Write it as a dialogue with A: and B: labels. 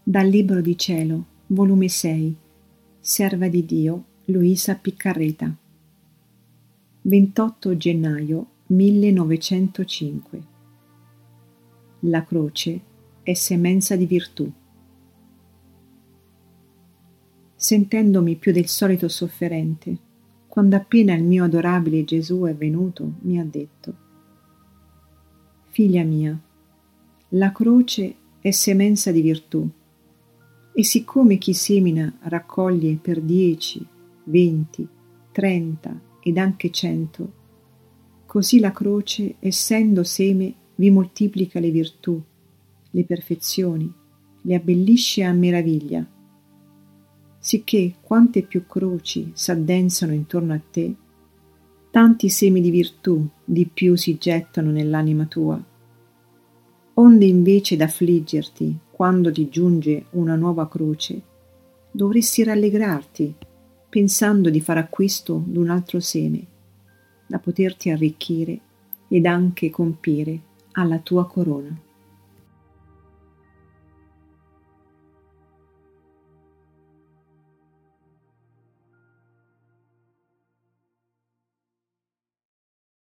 A: Dal Libro di Cielo, volume 6, Serva di Dio, Luisa Piccarreta. 28 gennaio 1905. La croce è semenza di virtù. Sentendomi più del solito sofferente, quando appena il mio adorabile Gesù è venuto, mi ha detto: Figlia mia, la croce è semenza di virtù. E siccome chi semina raccoglie per 10, 20, 30 ed anche 100, così la croce, essendo seme, vi moltiplica le virtù, le perfezioni, le abbellisce a meraviglia. Sicché quante più croci s'addensano intorno a te, tanti semi di virtù di più si gettano nell'anima tua. Onde invece d'affliggerti quando ti giunge una nuova croce, dovresti rallegrarti pensando di far acquisto d'un altro seme, da poterti arricchire ed anche compire alla tua corona.